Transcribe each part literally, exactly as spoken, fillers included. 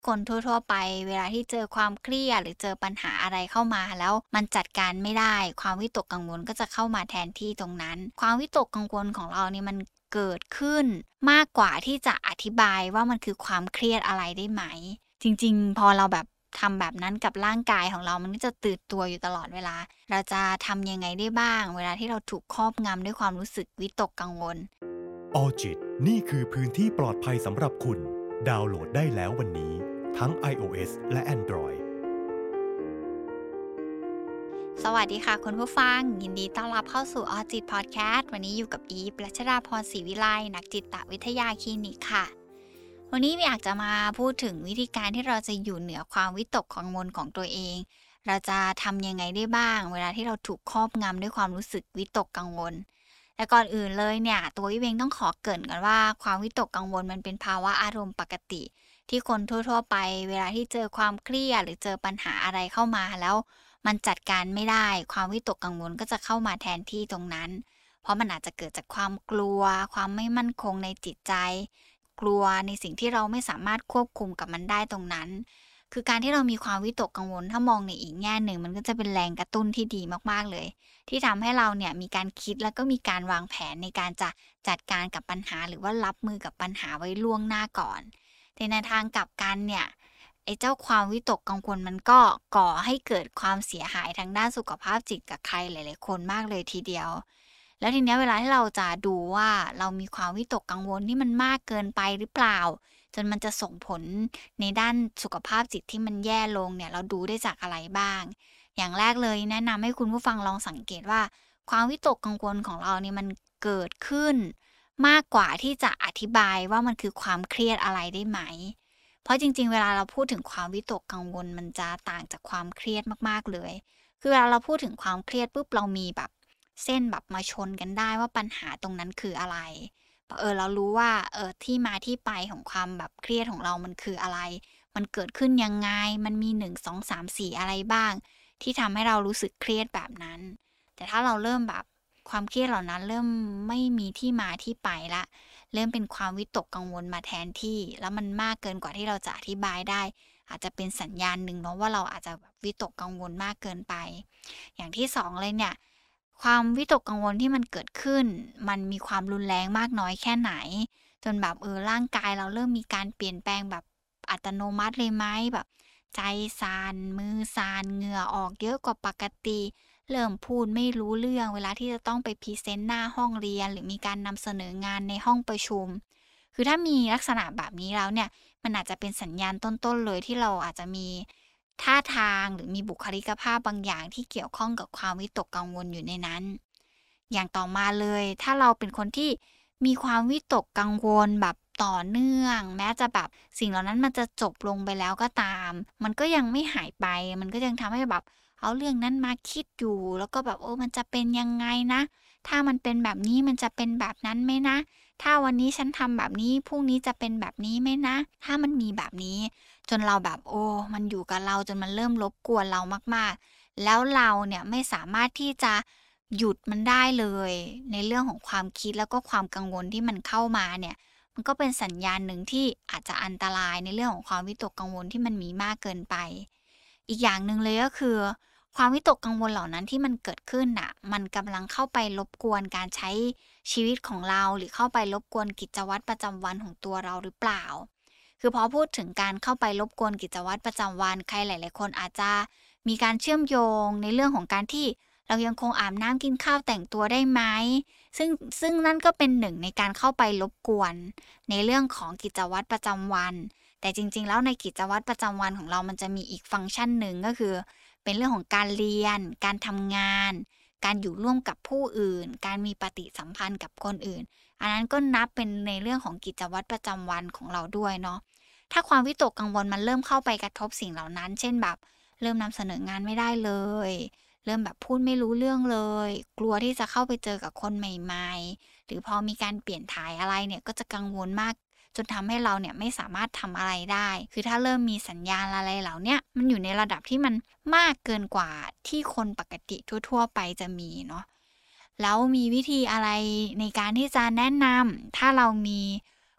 คนทั่วๆไปเวลาที่เจอความเครียดหรือเจอปัญหาอะไรเข้ามาแล้วมันจัดการไม่ได้ความวิตกกังวลก็จะเข้ามาแทนที่ตรงนั้นความวิตกกังวลของเราเนี่ยมันเกิดขึ้นมากกว่าที่จะอธิบายว่ามันคือความเครียดอะไรได้ไหมจริงๆพอเราแบบทำแบบนั้นกับร่างกายของเรามันก็จะตื่นตัวอยู่ตลอดเวลาเราจะทำยังไงได้บ้างเวลาที่เราถูกครอบงำด้วยความรู้สึกวิตกกังวลออจิตนี่คือพื้นที่ปลอดภัยสำหรับคุณดาวน์โหลดได้แล้ววันนี้ทั้ง iOS และ Android สวัสดีค่ะคุณผู้ฟังยินดีต้อนรับเข้าสู่ออจิตพอดแคสต์วันนี้อยู่กับอีฟรัชดาพรศรีวิไลนักจิตวิทยาคลินิกค่ะวันนี้อยากจะมาพูดถึงวิธีการที่เราจะอยู่เหนือความวิตกกังวลของตัวเองเราจะทำยังไงได้บ้างเวลาที่เราถูกครอบงำด้วยความรู้สึกวิตกกังวลแต่ก่อนอื่นเลยเนี่ยตัวอีฟเองต้องขอเกริ่นก่อนว่าความวิตกกังวลมันเป็นภาวะอารมณ์ปกติที่คนทั่วๆไปเวลาที่เจอความเครียดหรือเจอปัญหาอะไรเข้ามาแล้วมันจัดการไม่ได้ความวิตกกังวลก็จะเข้ามาแทนที่ตรงนั้นเพราะมันอาจจะเกิดจากความกลัวความไม่มั่นคงในจิตใจกลัวในสิ่งที่เราไม่สามารถควบคุมกับมันได้ตรงนั้นคือการที่เรามีความวิตกกังวลถ้ามองในอีกแง่หนึ่งมันก็จะเป็นแรงกระตุ้นที่ดีมากๆเลยที่ทำให้เราเนี่ยมีการคิดแล้วก็มีการวางแผนในการจะจัดการกับปัญหาหรือว่ารับมือกับปัญหาไว้ล่วงหน้าก่อนแต่ในทางกลับกันเนี่ยไอ้เจ้าความวิตกกังวลมันก็ก่อให้เกิดความเสียหายทางด้านสุขภาพจิตกับใครหลายๆคนมากเลยทีเดียวแล้วทีเนี้ยเวลาที่เราจะดูว่าเรามีความวิตกกังวลที่มันมากเกินไปหรือเปล่าจนมันจะส่งผลในด้านสุขภาพจิตที่มันแย่ลงเนี่ยเราดูได้จากอะไรบ้างอย่างแรกเลยแนะนำให้คุณผู้ฟังลองสังเกตว่าความวิตกกังวลของเราเนี่ยมันเกิดขึ้นมากกว่าที่จะอธิบายว่ามันคือความเครียดอะไรได้ไหมเพราะจริงๆเวลาเราพูดถึงความวิตกกังวลมันจะต่างจากความเครียดมากๆเลยคือเวลาเราพูดถึงความเครียดปุ๊บเรามีแบบเส้นแบบมาชนกันได้ว่าปัญหาตรงนั้นคืออะไรเออเรารู้ว่าเออที่มาที่ไปของความแบบเครียดของเรามันคืออะไรมันเกิดขึ้นยังไงมันมีหนึ่ง สอง สาม สี่อะไรบ้างที่ทำให้เรารู้สึกเครียดแบบนั้นแต่ถ้าเราเริ่มแบบความเครียดเหล่านั้นเริ่มไม่มีที่มาที่ไปแล้วเริ่มเป็นความวิตกกังวลมาแทนที่แล้วมันมากเกินกว่าที่เราจะอธิบายได้อาจจะเป็นสัญญาณหนึ่งเนาะว่าเราอาจจะแบบวิตกกังวลมากเกินไปอย่างที่สองเลยเนี่ยความวิตกกังวลที่มันเกิดขึ้นมันมีความรุนแรงมากน้อยแค่ไหนจนแบบเออร่างกายเราเริ่มมีการเปลี่ยนแปลงแบบอัตโนมัติเลยไหมแบบใจสั่นมือสั่นเหงื่อออกเยอะกว่าปกติเริ่มพูดไม่รู้เรื่องเวลาที่จะต้องไปพรีเซนต์หน้าห้องเรียนหรือมีการนำเสนองานในห้องประชุมคือถ้ามีลักษณะแบบนี้แล้วเนี่ยมันอาจจะเป็นสัญญาณต้นๆเลยที่เราอาจจะมีท่าทางหรือมีบุคลิกภาพบางอย่างที่เกี่ยวข้องกับความวิตกกังวลอยู่ในนั้นอย่างต่อมาเลยถ้าเราเป็นคนที่มีความวิตกกังวลแบบต่อเนื่องแม้จะแบบสิ่งเหล่านั้นมันจะจบลงไปแล้วก็ตามมันก็ยังไม่หายไปมันก็ยังทำให้แบบเอาเรื่องนั้นมาคิดอยู่แล้วก็แบบโอ้มันจะเป็นยังไงนะถ้ามันเป็นแบบนี้มันจะเป็นแบบนั้นไหมนะถ้าวันนี้ฉันทำแบบนี้พรุ่งนี้จะเป็นแบบนี้ไหมนะถ้ามันมีแบบนี้จนเราแบบโอ้มันอยู่กับเราจนมันเริ่มรบกวนเรามากๆแล้วเราเนี่ยไม่สามารถที่จะหยุดมันได้เลยในเรื่องของความคิดแล้วก็ความกังวลที่มันเข้ามาเนี่ยมันก็เป็นสัญญาณหนึ่งที่อาจจะอันตรายในเรื่องของความวิตกกังวลที่มันมีมากเกินไปอีกอย่างหนึ่งเลยก็คือความวิตกกังวลเหล่านั้นที่มันเกิดขึ้นน่ะมันกำลังเข้าไปรบกวนการใช้ชีวิตของเราหรือเข้าไปรบกวนกิจวัตรประจำวันของตัวเราหรือเปล่าคือพอพูดถึงการเข้าไปรบกวนกิจวัตรประจำวันใครหลายๆคนอาจจะมีการเชื่อมโยงในเรื่องของการที่เรายังคงอาบน้ำกินข้าวแต่งตัวได้ไหมซึ่งซึ่งนั่นก็เป็นหนึ่งในการเข้าไปรบกวนในเรื่องของกิจวัตรประจำวันแต่จริงๆแล้วในกิจวัตรประจำวันของเรามันจะมีอีกฟังก์ชันหนึ่งก็คือเป็นเรื่องของการเรียนการทำงานการอยู่ร่วมกับผู้อื่นการมีปฏิสัมพันธ์กับคนอื่นอันนั้นก็นับเป็นในเรื่องของกิจวัตรประจำวันของเราด้วยเนาะถ้าความวิตกกังวลมันเริ่มเข้าไปกระทบสิ่งเหล่านั้นเช่นแบบเริ่มนำเสนองานไม่ได้เลยเริ่มแบบพูดไม่รู้เรื่องเลยกลัวที่จะเข้าไปเจอกับคนใหม่ๆหรือพอมีการเปลี่ยนถ่ายอะไรเนี่ยก็จะกังวลมากจนทำให้เราเนี่ยไม่สามารถทำอะไรได้คือถ้าเริ่มมีสัญญาณอะไรเหล่าเนี้ยมันอยู่ในระดับที่มันมากเกินกว่าที่คนปกติทั่วๆไปจะมีเนาะแล้วมีวิธีอะไรในการที่จะแนะนำถ้าเรามี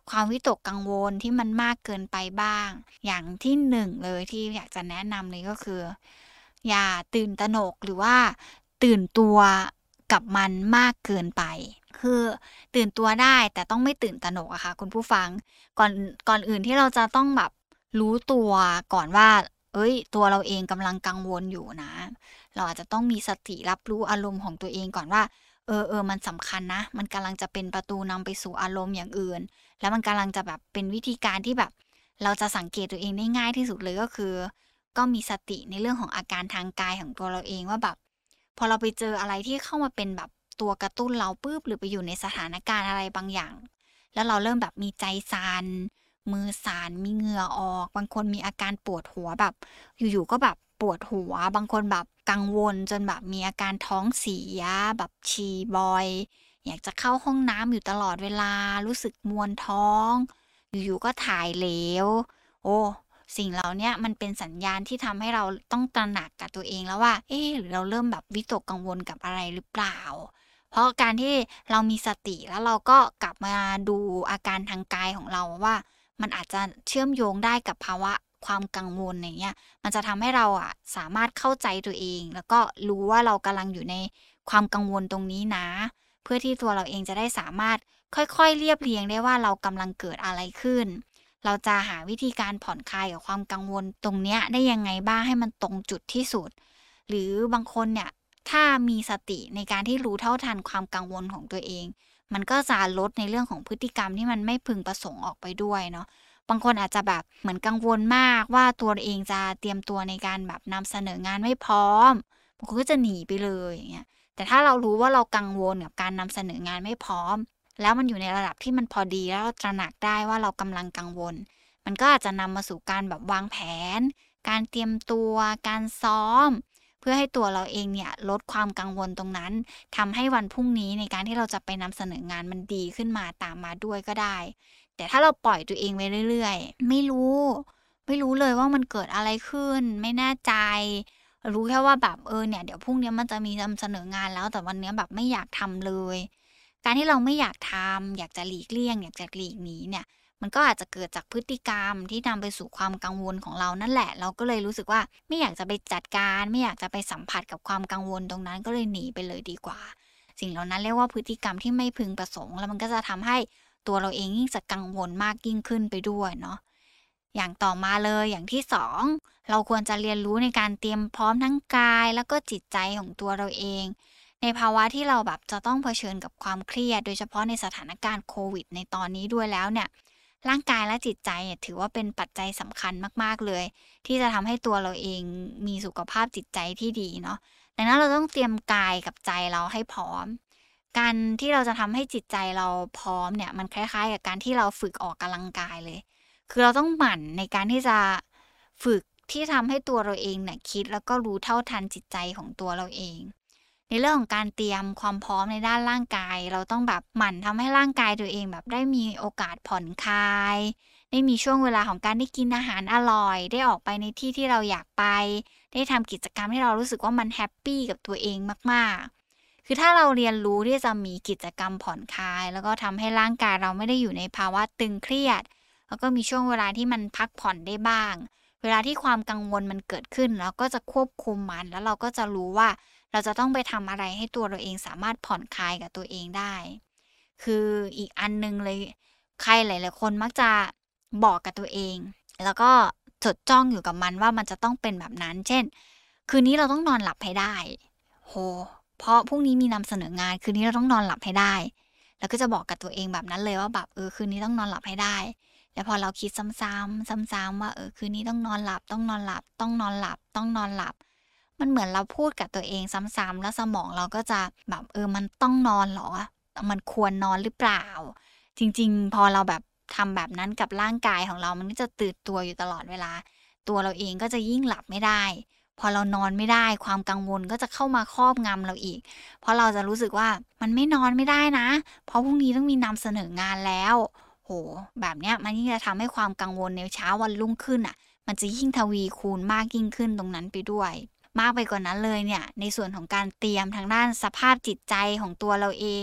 ความวิตกกังวลที่มันมากเกินไปบ้างอย่างที่หนึ่งเลยที่อยากจะแนะนำเลยก็คืออย่าตื่นตระหนกหรือว่าตื่นตัวกับมันมากเกินไปคือตื่นตัวได้แต่ต้องไม่ตื่นตระหนกอะค่ะคุณผู้ฟังก่อนก่อนอื่นที่เราจะต้องแบบรู้ตัวก่อนว่าเอ้ยตัวเราเองกำลังกังวลอยู่นะเราอาจจะต้องมีสติรับรู้อารมณ์ของตัวเองก่อนว่าเออเออมันสำคัญนะมันกำลังจะเป็นประตูนำไปสู่อารมณ์อย่างอื่นแล้วมันกำลังจะแบบเป็นวิธีการที่แบบเราจะสังเกตตัวเองได้ง่ายที่สุดเลยก็คือก็มีสติในเรื่องของอาการทางกายของตัวเราเองว่าแบบพอเราไปเจออะไรที่เข้ามาเป็นแบบตัวกระตุ้นเราปุ๊บหรือไปอยู่ในสถานการณ์อะไรบางอย่างแล้วเราเริ่มแบบมีใจสั่นมือสั่นมีเหงื่อออกบางคนมีอาการปวดหัวแบบอยู่ๆก็แบบปวดหัวบางคนแบบกังวลจนแบบมีอาการท้องเสียแบบฉี่บ่อยอยากจะเข้าห้องน้ำอยู่ตลอดเวลารู้สึกมวนท้องอยู่ๆก็ถ่ายเหลวโอ้สิ่งเหล่าเนี้ยมันเป็นสัญญาณที่ทำให้เราต้องตระหนักกับตัวเองแล้วว่าเอ๊ะหรือเราเริ่มแบบวิตกกังวลกับอะไรหรือเปล่าเพราะการที่เรามีสติแล้วเราก็กลับมาดูอาการทางกายของเราว่ามันอาจจะเชื่อมโยงได้กับภาวะความกังวลอย่างเงี้ยมันจะทำให้เราอะสามารถเข้าใจตัวเองแล้วก็รู้ว่าเรากำลังอยู่ในความกังวลตรงนี้นะเพื่อที่ตัวเราเองจะได้สามารถค่อยๆเรียบเรียงได้ว่าเรากำลังเกิดอะไรขึ้นเราจะหาวิธีการผ่อนคลายกับความกังวลตรงเนี้ยได้ยังไงบ้างให้มันตรงจุดที่สุดหรือบางคนเนี่ยถ้ามีสติในการที่รู้เท่าทันความกังวลของตัวเองมันก็จะลดในเรื่องของพฤติกรรมที่มันไม่พึงประสงค์ออกไปด้วยเนาะบางคนอาจจะแบบเหมือนกังวลมากว่าตัวเองจะเตรียมตัวในการแบบนำเสนองานไม่พร้อมบางคนก็จะหนีไปเลยอย่างเงี้ยแต่ถ้าเรารู้ว่าเรากังวลกับการนำเสนองานไม่พร้อมแล้วมันอยู่ในระดับที่มันพอดีแล้วเราตระหนักได้ว่าเรากำลังกังวลมันก็อาจจะนำมาสู่การแบบวางแผนการเตรียมตัวการซ้อมเพื่อให้ตัวเราเองเนี่ยลดความกังวลตรงนั้นทำให้วันพรุ่งนี้ในการที่เราจะไปนำเสนองานมันดีขึ้นมาตามมาด้วยก็ได้แต่ถ้าเราปล่อยตัวเองไปเรื่อยๆไม่รู้ไม่รู้เลยว่ามันเกิดอะไรขึ้นไม่แน่ใจรู้แค่ว่าแบบเออเนี่ยเดี๋ยวพรุ่งนี้มันจะมีนำเสนองานแล้วแต่วันนี้แบบไม่อยากทำเลยการที่เราไม่อยากทำอยากจะหลีกเลี่ยงอยากจะหลีกหนีเนี่ยมันก็อาจจะเกิดจากพฤติกรรมที่นำไปสู่ความกังวลของเรานั่นแหละเราก็เลยรู้สึกว่าไม่อยากจะไปจัดการไม่อยากจะไปสัมผัสกับความกังวลตรงนั้นก็เลยหนีไปเลยดีกว่าสิ่งเหล่านั้นเรียกว่าพฤติกรรมที่ไม่พึงประสงค์แล้วมันก็จะทำให้ตัวเราเองยิ่งจะกังวลมากยิ่งขึ้นไปด้วยเนาะอย่างต่อมาเลยอย่างที่สองเราควรจะเรียนรู้ในการเตรียมพร้อมทั้งกายแล้วก็จิตใจของตัวเราเองในภาวะที่เราแบบจะต้องเผชิญกับความเครียดโดยเฉพาะในสถานการณ์โควิดในตอนนี้ด้วยแล้วเนี่ยร่างกายและจิตใจเนี่ยถือว่าเป็นปัจจัยสำคัญมากๆเลยที่จะทำให้ตัวเราเองมีสุขภาพจิตใจที่ดีเนาะดังนั้นเราต้องเตรียมกายกับใจเราให้พร้อมการที่เราจะทำให้จิตใจเราพร้อมเนี่ยมันคล้ายๆกับการที่เราฝึกออกกำลังกายเลยคือเราต้องหมั่นในการที่จะฝึกที่ทำให้ตัวเราเองเนี่ยคิดแล้วก็รู้เท่าทันจิตใจของตัวเราเองในเรื่องของการเตรียมความพร้อมในด้านร่างกายเราต้องแบบหมั่นทำให้ร่างกายตัวเองแบบได้มีโอกาสผ่อนคลายได้มีช่วงเวลาของการได้กินอาหารอร่อยได้ออกไปในที่ที่เราอยากไปได้ทำกิจกรรมที่เรารู้สึกว่ามันแฮปปีกับตัวเองมากๆคือถ้าเราเรียนรู้ที่จะมีกิจกรรมผ่อนคลายแล้วก็ทำให้ร่างกายเราไม่ได้อยู่ในภาวะตึงเครียดแล้วก็มีช่วงเวลาที่มันพักผ่อนได้บ้างเวลาที่ความกังวลมันเกิดขึ้นเราก็จะควบคุมมันแล้วเราก็จะรู้ว่าเราจะต้องไปทำอะไรให้ตัวเราเองสามารถผ่อนคลายกับตัวเองได้คืออีกอันนึงเลยใครหลายๆคนมักจะบอกกับตัวเองแล้วก็จดจ้องอยู่กับมันว่ามันจะต้องเป็นแบบนั้นเช่นคืนนี้เราต้องนอนหลับให้ได้โหเพราะพรุ่งนี้มีนำเสนองานคืนนี้เราต้องนอนหลับให้ได้แล้วก็จะบอกกับตัวเองแบบนั้นเลยว่าแบบเออคืนนี้ต้องนอนหลับให้ได้แล้วพอเราคิดซ้ำๆซ้ำๆว่าเออคืนนี้ต้องนอนหลับต้องนอนหลับต้องนอนหลับต้องนอนหลับมันเหมือนเราพูดกับตัวเองซ้ำๆแล้วสมองเราก็จะแบบเออมันต้องนอนเหรอมันควรนอนหรือเปล่าจริงๆพอเราแบบทำแบบนั้นกับร่างกายของเรามันก็จะตื่นตัวอยู่ตลอดเวลาตัวเราเองก็จะยิ่งหลับไม่ได้พอเรานอนไม่ได้ความกังวลก็จะเข้ามาครอบงำเราอีกเพราะเราจะรู้สึกว่ามันไม่นอนไม่ได้นะเพราะพรุ่งนี้ต้องมีนำเสนองานแล้วโหแบบเนี้ยมันยิ่งจะทำให้ความกังวลในเช้าวันรุ่งขึ้นอ่ะมันจะยิ่งทวีคูณมากยิ่งขึ้นตรงนั้นไปด้วยมากไปกว่านั้นเลยเนี่ยในส่วนของการเตรียมทางด้านสภาพจิตใจของตัวเราเอง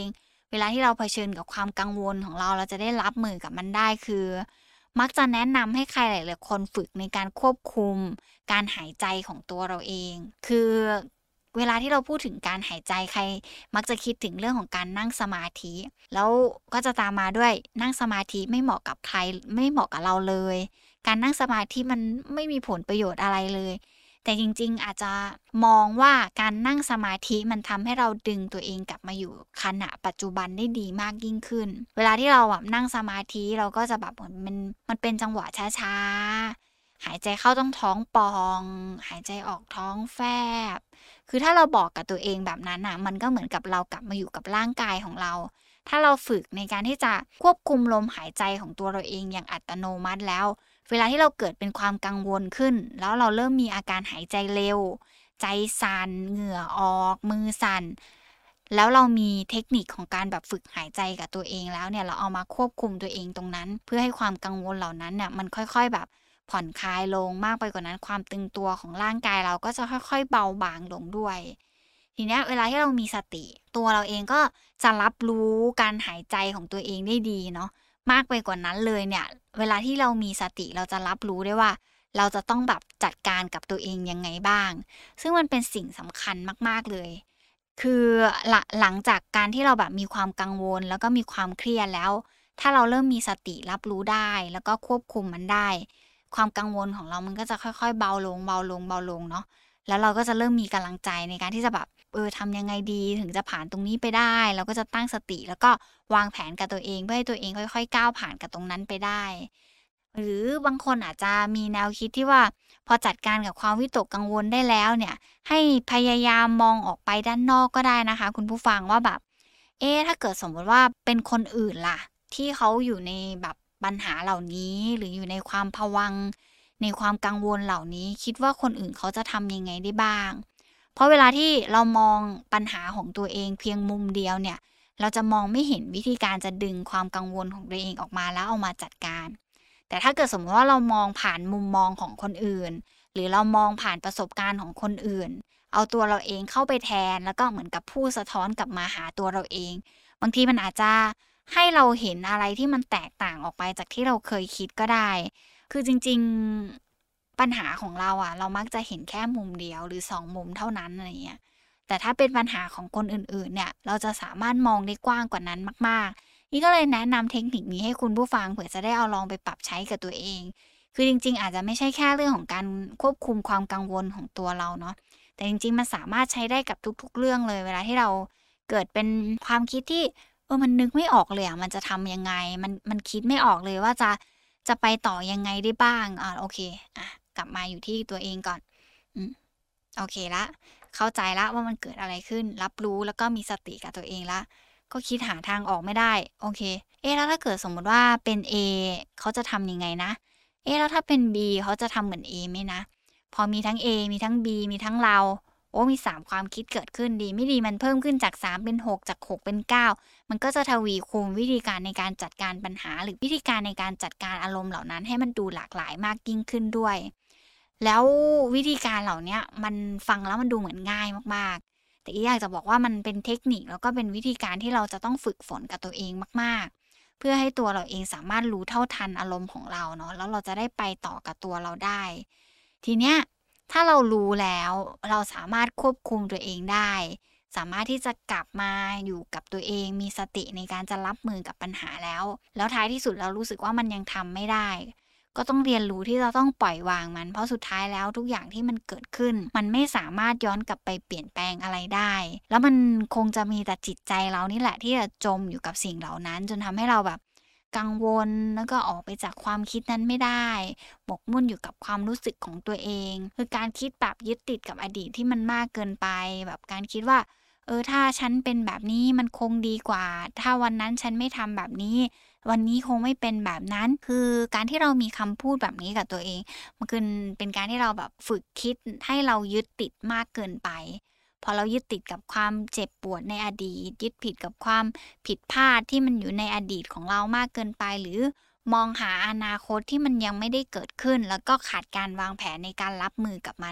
เวลาที่เราเผชิญกับความกังวลของเราเราจะได้รับมือกับมันได้คือมักจะแนะนำให้ใครหลายๆคนฝึกในการควบคุมการหายใจของตัวเราเองคือเวลาที่เราพูดถึงการหายใจใครมักจะคิดถึงเรื่องของการนั่งสมาธิแล้วก็จะตามมาด้วยนั่งสมาธิไม่เหมาะกับใครไม่เหมาะกับเราเลยการนั่งสมาธิมันไม่มีผลประโยชน์อะไรเลยแต่จริงๆอาจจะมองว่าการนั่งสมาธิมันทำให้เราดึงตัวเองกลับมาอยู่ขณะปัจจุบันได้ดีมากยิ่งขึ้นเวลาที่เราแบบนั่งสมาธิเราก็จะแบบเหมือนมันมันเป็นจังหวะช้าๆหายใจเข้าต้องท้องป่องหายใจออกท้องแฟบคือถ้าเราบอกกับตัวเองแบบนั้นน่ะมันก็เหมือนกับเรากลับมาอยู่กับร่างกายของเราถ้าเราฝึกในการที่จะควบคุมลมหายใจของตัวเราเองอย่างอัตโนมัติแล้วเวลาที่เราเกิดเป็นความกังวลขึ้นแล้วเราเริ่มมีอาการหายใจเร็วใจสั่นเหงื่อออกมือสั่นแล้วเรามีเทคนิคของการแบบฝึกหายใจกับตัวเองแล้วเนี่ยเราเอามาควบคุมตัวเองตรงนั้นเพื่อให้ความกังวลเหล่านั้นเนี่ยมันค่อยๆแบบผ่อนคลายลงมากไปกว่านั้นความตึงตัวของร่างกายเราก็จะค่อยๆเบาบางลงด้วยทีเนี้ยเวลาที่เรามีสติตัวเราเองก็จะรับรู้การหายใจของตัวเองได้ดีเนาะมากไปกว่านั้นเลยเนี่ยเวลาที่เรามีสติเราจะรับรู้ได้ว่าเราจะต้องแบบจัดการกับตัวเองยังไงบ้างซึ่งมันเป็นสิ่งสำคัญมากๆเลยคือหลังหลังจากการที่เราแบบมีความกังวลแล้วก็มีความเครียดแล้วถ้าเราเริ่มมีสติรับรู้ได้แล้วก็ควบคุมมันได้ความกังวลของเรามันก็จะค่อยๆเบาลงเบาลงเบาลงเนาะแล้วเราก็จะเริ่มมีกำลังใจในการที่จะแบบเออทำยังไงดีถึงจะผ่านตรงนี้ไปได้เราก็จะตั้งสติแล้วก็วางแผนกับตัวเองเพื่อให้ตัวเองค่อยๆก้าวผ่านกับตรงนั้นไปได้หรือบางคนอาจจะมีแนวคิดที่ว่าพอจัดการกับความวิตกกังวลได้แล้วเนี่ยให้พยายามมองออกไปด้านนอกก็ได้นะคะคุณผู้ฟังว่าแบบเอ๊ะถ้าเกิดสมมติว่าเป็นคนอื่นล่ะที่เขาอยู่ในแบบปัญหาเหล่านี้หรืออยู่ในความภวังค์ในความกังวลเหล่านี้คิดว่าคนอื่นเขาจะทำยังไงได้บ้างเพราะเวลาที่เรามองปัญหาของตัวเองเพียงมุมเดียวเนี่ยเราจะมองไม่เห็นวิธีการจะดึงความกังวลของตัวเองออกมาแล้วเอามาจัดการแต่ถ้าเกิดสมมติว่าเรามองผ่านมุมมองของคนอื่นหรือเรามองผ่านประสบการณ์ของคนอื่นเอาตัวเราเองเข้าไปแทนแล้วก็เหมือนกับพูดสะท้อนกลับมาหาตัวเราเองบางทีมันอาจจะให้เราเห็นอะไรที่มันแตกต่างออกไปจากที่เราเคยคิดก็ได้คือจริงๆปัญหาของเราอะเรามักจะเห็นแค่มุมเดียวหรือสองมุมเท่านั้นอะไรเงี้ยแต่ถ้าเป็นปัญหาของคนอื่นๆเนี่ยเราจะสามารถมองได้กว้างกว่านั้นมากๆนี่ก็เลยแนะนำเทคนิคนี้ให้คุณผู้ฟังเผื่อจะได้เอาลองไปปรับใช้กับตัวเองคือจริงๆอาจจะไม่ใช่แค่เรื่องของการควบคุมความกังวลของตัวเราเนาะแต่จริงๆมันสามารถใช้ได้กับทุกๆเรื่องเลยเวลาที่เราเกิดเป็นความคิดที่เออมันนึกไม่ออกเลยอะมันจะทำยังไงมันมันคิดไม่ออกเลยว่าจะจะไปต่อยังไงได้บ้างอ่าโอเคอ่ะกลับมาอยู่ที่ตัวเองก่อนอืมโอเคละเข้าใจละว่ามันเกิดอะไรขึ้นรับรู้แล้วก็มีสติกับตัวเองละก็คิดหาทางออกไม่ได้โอเคเอ๊ะแล้วถ้าเกิดสมมุติว่าเป็น A เขาจะทำยังไงนะเอ๊ะแล้วถ้าเป็น B เขาจะทำเหมือน A ไหมนะพอมีทั้ง A มีทั้ง B มีทั้งเราโอ้มีสามความคิดเกิดขึ้นดีไม่ดีมันเพิ่มขึ้นจากสามเป็นหกจากหกเป็นเก้ามันก็จะทวีคูณวิธีการในการจัดการปัญหาหรือวิธีการในการจัดการอารมณ์เหล่านั้นให้มันดูหลากหลายมากยิ่งขึ้นด้วยแล้ววิธีการเหล่านี้มันฟังแล้วมันดูเหมือนง่ายมากๆแต่อีอยากจะบอกว่ามันเป็นเทคนิคแล้วก็เป็นวิธีการที่เราจะต้องฝึกฝนกับตัวเองมากๆเพื่อให้ตัวเราเองสามารถรู้เท่าทันอารมณ์ของเราเนาะแล้วเราจะได้ไปต่อกับตัวเราได้ทีเนี้ยถ้าเรารู้แล้วเราสามารถควบคุมตัวเองได้สามารถที่จะกลับมาอยู่กับตัวเองมีสติในการจะรับมือกับปัญหาแล้วแล้วท้ายที่สุดเรารู้สึกว่ามันยังทำไม่ได้ก็ต้องเรียนรู้ที่จะต้องปล่อยวางมันเพราะสุดท้ายแล้วทุกอย่างที่มันเกิดขึ้นมันไม่สามารถย้อนกลับไปเปลี่ยนแปลงอะไรได้แล้วมันคงจะมีแต่จิตใจเรานี่แหละที่จะจมอยู่กับสิ่งเหล่านั้นจนทำให้เราแบบกังวลแล้วก็ออกไปจากความคิดนั้นไม่ได้หมกมุ่นอยู่กับความรู้สึกของตัวเองคือการคิดแบบยึดติดกับอดีตที่มันมากเกินไปแบบการคิดว่าเออถ้าฉันเป็นแบบนี้มันคงดีกว่าถ้าวันนั้นฉันไม่ทำแบบนี้วันนี้คงไม่เป็นแบบนั้นคือการที่เรามีคำพูดแบบนี้กับตัวเองมันคือเป็นการที่เราแบบฝึกคิดให้เรายึดติดมากเกินไปพอเรายึดติดกับความเจ็บปวดในอดีตยึดผิดกับความผิดพลาดที่มันอยู่ในอดีตของเรามากเกินไปหรือมองหาอนาคตที่มันยังไม่ได้เกิดขึ้นแล้วก็ขาดการวางแผนในการรับมือกับมัน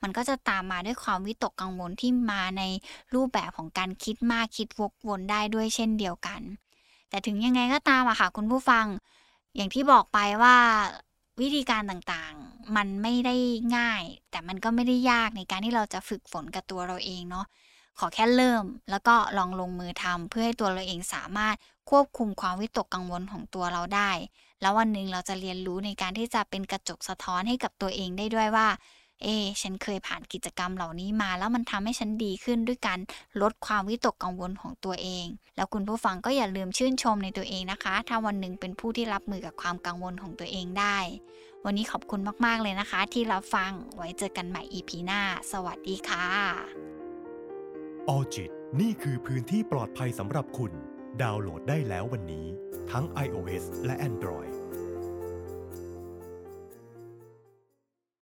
มันก็จะตามมาด้วยความวิตกกังวลที่มาในรูปแบบของการคิดมากคิดวกวนได้ด้วยเช่นเดียวกันแต่ถึงยังไงก็ตามอะค่ะคุณผู้ฟังอย่างที่บอกไปว่าวิธีการต่างๆมันไม่ได้ง่ายแต่มันก็ไม่ได้ยากในการที่เราจะฝึกฝนกับตัวเราเองเนาะขอแค่เริ่มแล้วก็ลองลงมือทำเพื่อให้ตัวเราเองสามารถควบคุมความวิตกกังวลของตัวเราได้แล้ววันหนึ่งเราจะเรียนรู้ในการที่จะเป็นกระจกสะท้อนให้กับตัวเองได้ด้วยว่าเอ๊ฉันเคยผ่านกิจกรรมเหล่านี้มาแล้วมันทำให้ฉันดีขึ้นด้วยการลดความวิตกกังวลของตัวเองแล้วคุณผู้ฟังก็อย่าลืมชื่นชมในตัวเองนะคะถ้าวันหนึ่งเป็นผู้ที่รับมือกับความกังวลของตัวเองได้วันนี้ขอบคุณมากๆเลยนะคะที่รับฟังไว้เจอกันใหม่ อี พี หน้าสวัสดีค่ะออจิตนี่คือพื้นที่ปลอดภัยสำหรับคุณดาวน์โหลดได้แล้ววันนี้ทั้ง iOS และ Android